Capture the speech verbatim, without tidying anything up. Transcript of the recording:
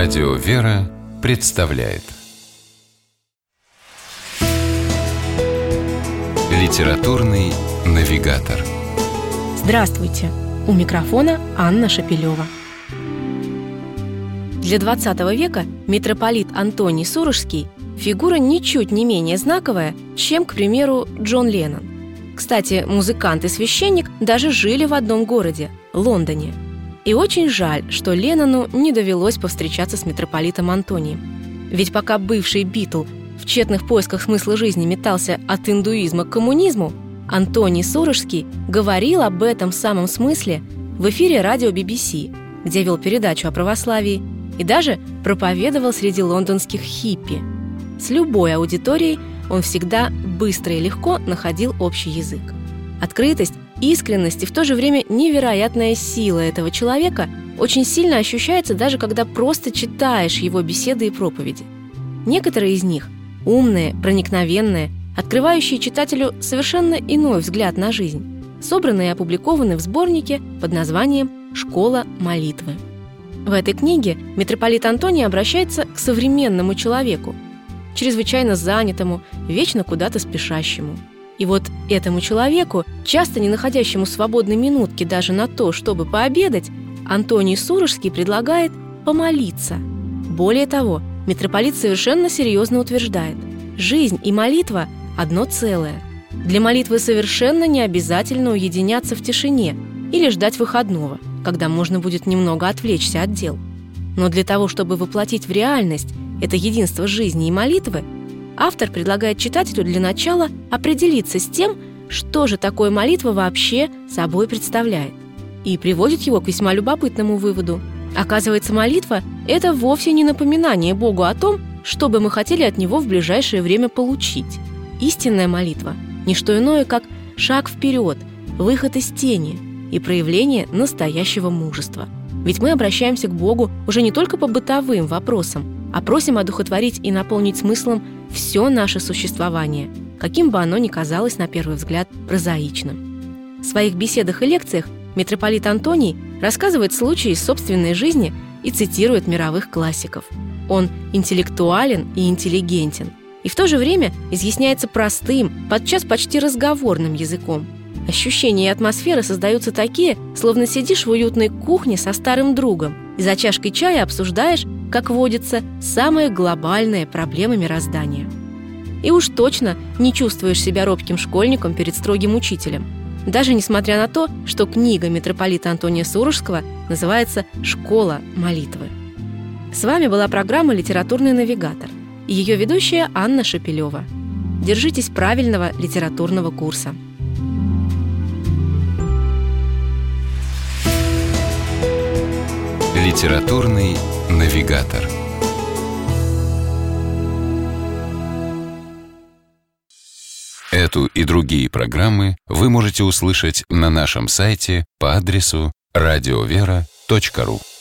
Радио «Вера» представляет Литературный навигатор. Здравствуйте! У микрофона Анна Шапилева. Для двадцатого века митрополит Антоний Сурожский – фигура ничуть не менее знаковая, чем, к примеру, Джон Леннон. Кстати, музыкант и священник даже жили в одном городе – Лондоне. И очень жаль, что Леннону не довелось повстречаться с митрополитом Антонием. Ведь пока бывший Битл в тщетных поисках смысла жизни метался от индуизма к коммунизму, Антоний Сурожский говорил об этом самом смысле в эфире радио би би си, где вел передачу о православии, и даже проповедовал среди лондонских хиппи. С любой аудиторией он всегда быстро и легко находил общий язык. Открытость, искренность и в то же время невероятная сила этого человека очень сильно ощущается даже когда просто читаешь его беседы и проповеди. Некоторые из них – умные, проникновенные, открывающие читателю совершенно иной взгляд на жизнь, собраны и опубликованы в сборнике под названием «Школа молитвы». В этой книге митрополит Антоний обращается к современному человеку, чрезвычайно занятому, вечно куда-то спешащему. И вот этому человеку, часто не находящему свободной минутки даже на то, чтобы пообедать, Антоний Сурожский предлагает помолиться. Более того, митрополит совершенно серьезно утверждает: жизнь и молитва – одно целое. Для молитвы совершенно не обязательно уединяться в тишине или ждать выходного, когда можно будет немного отвлечься от дел. Но для того, чтобы воплотить в реальность это единство жизни и молитвы, автор предлагает читателю для начала определиться с тем, что же такое молитва вообще собой представляет, и приводит его к весьма любопытному выводу. Оказывается, молитва – это вовсе не напоминание Богу о том, что бы мы хотели от Него в ближайшее время получить. Истинная молитва – не что иное, как шаг вперед, выход из тени и проявление настоящего мужества. Ведь мы обращаемся к Богу уже не только по бытовым вопросам, а просим одухотворить и наполнить смыслом все наше существование, каким бы оно ни казалось на первый взгляд прозаичным. В своих беседах и лекциях митрополит Антоний рассказывает случаи из собственной жизни и цитирует мировых классиков. Он интеллектуален и интеллигентен, и в то же время изъясняется простым, подчас почти разговорным языком. Ощущения и атмосфера создаются такие, словно сидишь в уютной кухне со старым другом и за чашкой чая обсуждаешь, как водится, самые глобальные проблемы мироздания. И уж точно не чувствуешь себя робким школьником перед строгим учителем, даже несмотря на то, что книга митрополита Антония Сурожского называется «Школа молитвы». С вами была программа «Литературный навигатор» и ее ведущая Анна Шапилева. Держитесь правильного литературного курса. Литературный навигатор. Эту и другие программы вы можете услышать на нашем сайте по адресу радиовера точка ру.